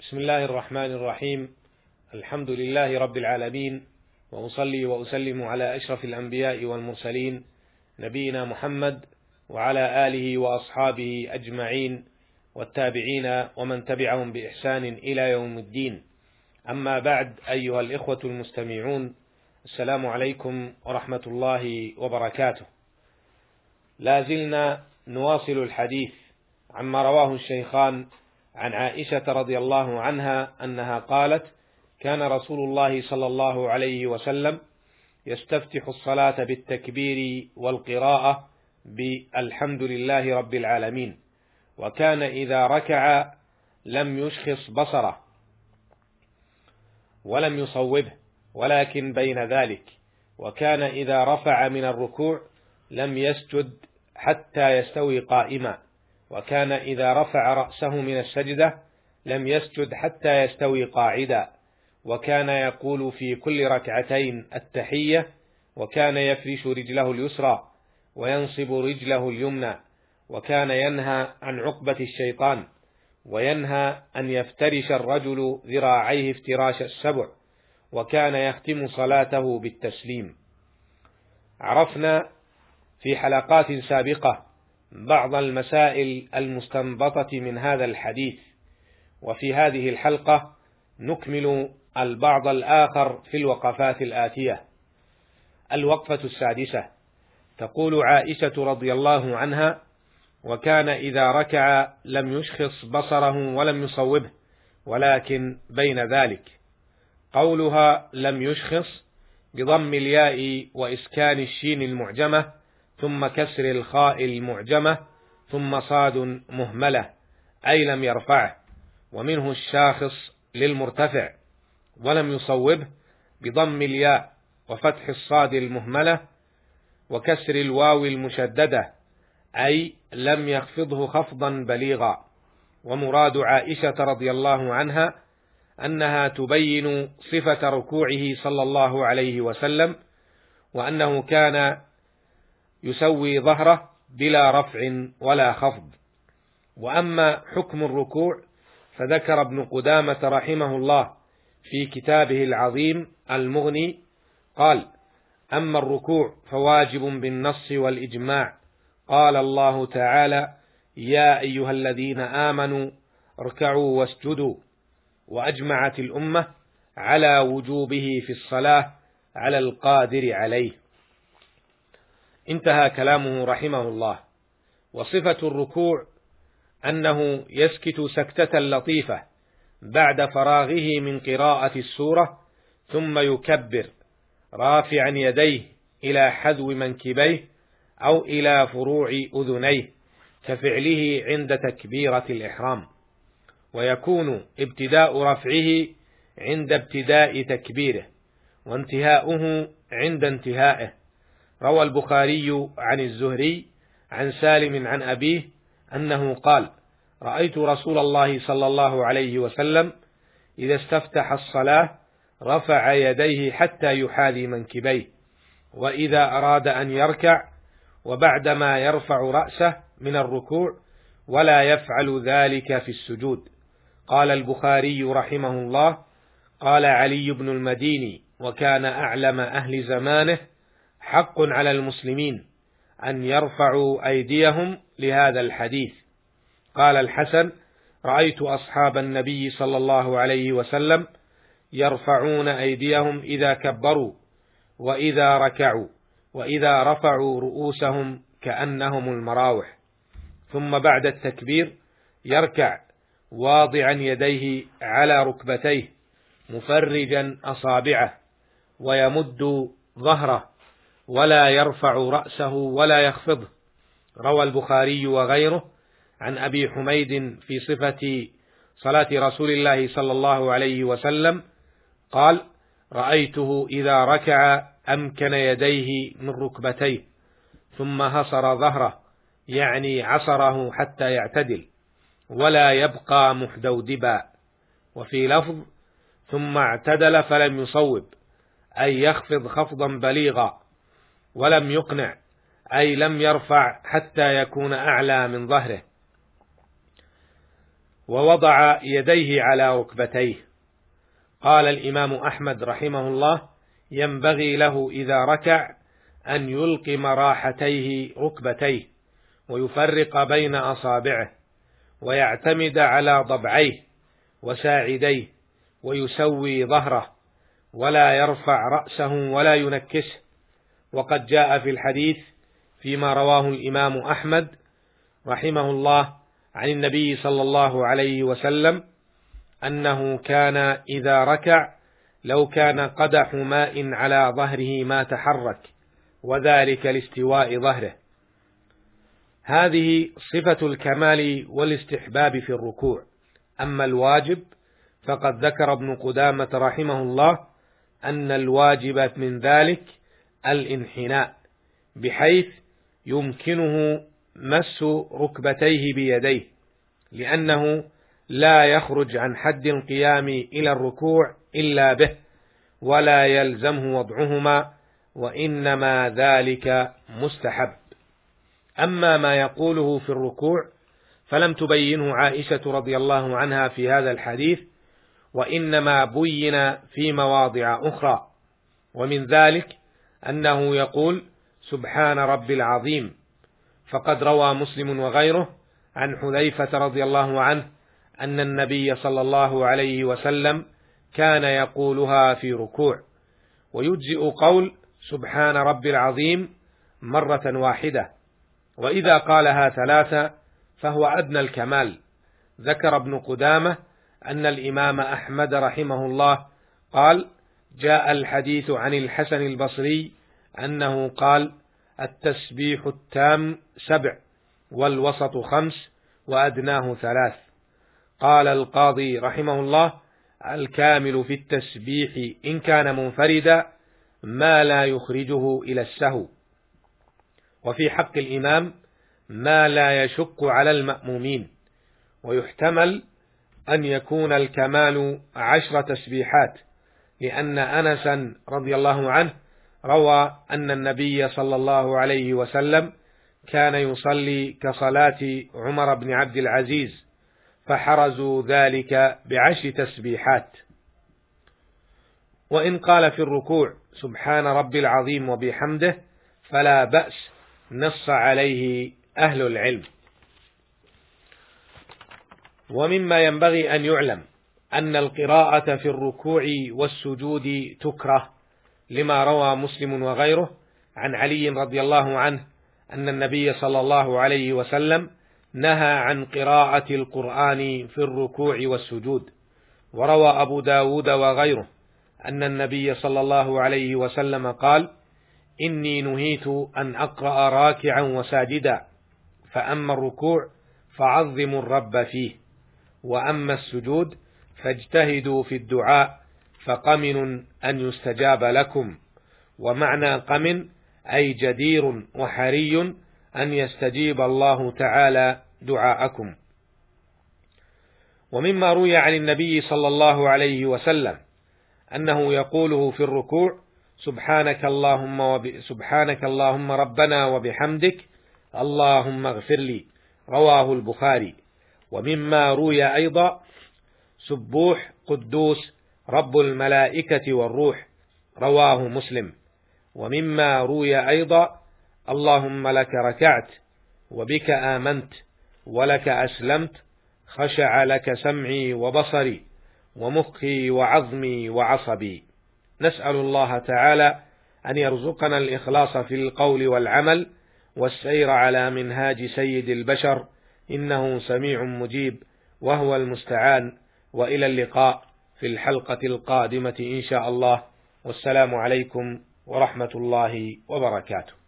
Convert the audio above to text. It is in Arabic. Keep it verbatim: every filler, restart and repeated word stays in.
بسم الله الرحمن الرحيم. الحمد لله رب العالمين، وأصلي وأسلم على أشرف الأنبياء والمرسلين نبينا محمد وعلى آله وأصحابه أجمعين والتابعين ومن تبعهم بإحسان إلى يوم الدين. أما بعد، أيها الإخوة المستمعون، السلام عليكم ورحمة الله وبركاته. لا زلنا نواصل الحديث عما رواه الشيخان عن عائشة رضي الله عنها أنها قالت: كان رسول الله صلى الله عليه وسلم يستفتح الصلاة بالتكبير والقراءة بالحمد لله رب العالمين، وكان إذا ركع لم يشخص بصره ولم يصوبه ولكن بين ذلك، وكان إذا رفع من الركوع لم يسجد حتى يستوي قائما، وكان إذا رفع رأسه من السجدة لم يسجد حتى يستوي قاعدا، وكان يقول في كل ركعتين التحية، وكان يفرش رجله اليسرى وينصب رجله اليمنى، وكان ينهى عن عقبة الشيطان، وينهى أن يفترش الرجل ذراعيه افتراش السبع، وكان يختم صلاته بالتسليم. عرفنا في حلقات سابقة بعض المسائل المستنبطة من هذا الحديث، وفي هذه الحلقة نكمل البعض الآخر في الوقفات الآتية. الوقفة السادسة، تقول عائشة رضي الله عنها: وكان إذا ركع لم يشخص بصره ولم يصوبه ولكن بين ذلك. قولها لم يشخص بضم الياء وإسكان الشين المعجمة ثم كسر الخاء المعجمة ثم صاد مهملة، أي لم يرفعه، ومنه الشاخص للمرتفع. ولم يصوبه بضم الياء وفتح الصاد المهملة وكسر الواو المشددة، أي لم يخفضه خفضا بليغا. ومراد عائشة رضي الله عنها أنها تبين صفة ركوعه صلى الله عليه وسلم، وأنه كان يسوي ظهره بلا رفع ولا خفض. وأما حكم الركوع فذكر ابن قدامة رحمه الله في كتابه العظيم المغني، قال: أما الركوع فواجب بالنص والإجماع. قال الله تعالى: يا أيها الذين آمنوا اركعوا واسجدوا. وأجمعت الأمة على وجوبه في الصلاة على القادر عليه. انتهى كلامه رحمه الله. وصفة الركوع أنه يسكت سكتة لطيفة بعد فراغه من قراءة السورة، ثم يكبر رافعا يديه إلى حذو منكبيه أو إلى فروع أذنيه كفعله عند تكبيرة الإحرام، ويكون ابتداء رفعه عند ابتداء تكبيره وانتهاؤه عند انتهائه. روى البخاري عن الزهري عن سالم عن أبيه أنه قال: رأيت رسول الله صلى الله عليه وسلم إذا استفتح الصلاة رفع يديه حتى يحاذي منكبيه، وإذا أراد أن يركع وبعدما يرفع رأسه من الركوع، ولا يفعل ذلك في السجود. قال البخاري رحمه الله: قال علي بن المديني وكان أعلم أهل زمانه: حق على المسلمين أن يرفعوا أيديهم لهذا الحديث. قال الحسن: رأيت أصحاب النبي صلى الله عليه وسلم يرفعون أيديهم إذا كبروا وإذا ركعوا وإذا رفعوا رؤوسهم كأنهم المراوح، ثم بعد التكبير يركع واضعا يديه على ركبتيه مفرجا أصابعه ويمد ظهره ولا يرفع رأسه ولا يخفضه. روى البخاري وغيره عن أبي حميد في صفة صلاة رسول الله صلى الله عليه وسلم قال: رأيته إذا ركع أمكن يديه من ركبتيه ثم هصر ظهره، يعني عصره حتى يعتدل ولا يبقى محدودبا. وفي لفظ: ثم اعتدل فلم يصوب، أي يخفض خفضا بليغا، ولم يقنع، أي لم يرفع حتى يكون أعلى من ظهره. ووضع يديه على ركبتيه. قال الإمام أحمد رحمه الله: ينبغي له إذا ركع أن يلقم راحتيه ركبتيه ويفرق بين أصابعه ويعتمد على ضبعيه وساعديه ويسوي ظهره ولا يرفع رأسه ولا ينكسه. وقد جاء في الحديث فيما رواه الإمام أحمد رحمه الله عن النبي صلى الله عليه وسلم أنه كان إذا ركع لو كان قدح ماء على ظهره ما تحرك، وذلك لاستواء ظهره. هذه صفة الكمال والاستحباب في الركوع. أما الواجب فقد ذكر ابن قدامة رحمه الله أن الواجب من ذلك الانحناء، بحيث يمكنه مس ركبتيه بيديه، لأنه لا يخرج عن حد القيام إلى الركوع إلا به، ولا يلزمه وضعهما، وإنما ذلك مستحب. أما ما يقوله في الركوع فلم تبينه عائشة رضي الله عنها في هذا الحديث، وإنما بين في مواضع أخرى، ومن ذلك أنه يقول: سبحان ربي العظيم. فقد روى مسلم وغيره عن حذيفة رضي الله عنه أن النبي صلى الله عليه وسلم كان يقولها في ركوع. ويجزئ قول سبحان ربي العظيم مرة واحدة، وإذا قالها ثلاثة فهو أدنى الكمال. ذكر ابن قدامة أن الإمام أحمد رحمه الله قال: جاء الحديث عن الحسن البصري أنه قال: التسبيح التام سبع، والوسط خمس، وأدناه ثلاث. قال القاضي رحمه الله: الكامل في التسبيح إن كان منفردا ما لا يخرجه إلى السهو، وفي حق الإمام ما لا يشق على المأمومين. ويحتمل أن يكون الكمال عشر تسبيحات، لأن أنسا رضي الله عنه روى أن النبي صلى الله عليه وسلم كان يصلي كصلاة عمر بن عبد العزيز، فحرزوا ذلك بعشر تسبيحات. وإن قال في الركوع سبحان ربي العظيم وبحمده فلا بأس، نص عليه أهل العلم. ومما ينبغي أن يعلم أن القراءة في الركوع والسجود تكره، لما روى مسلم وغيره عن علي رضي الله عنه أن النبي صلى الله عليه وسلم نهى عن قراءة القرآن في الركوع والسجود. وروى أبو داود وغيره أن النبي صلى الله عليه وسلم قال: إني نهيت أن أقرأ راكعا وساجدا، فأما الركوع فعظموا الرب فيه، وأما السجود فاجتهدوا في الدعاء، فقمن أن يستجاب لكم. ومعنى قمن أي جدير وحري أن يستجيب الله تعالى دعاءكم. ومما روي عن النبي صلى الله عليه وسلم أنه يقوله في الركوع: سبحانك اللهم وب... سبحانك اللهم ربنا وبحمدك اللهم اغفر لي، رواه البخاري. ومما روي أيضا: سبوح قدوس رب الملائكة والروح، رواه مسلم. ومما روي أيضا: اللهم لك ركعت وبك آمنت ولك أسلمت، خشع لك سمعي وبصري ومخي وعظمي وعصبي. نسأل الله تعالى أن يرزقنا الإخلاص في القول والعمل والسير على منهاج سيد البشر، إنه سميع مجيب وهو المستعان. وإلى اللقاء في الحلقة القادمة إن شاء الله، والسلام عليكم ورحمة الله وبركاته.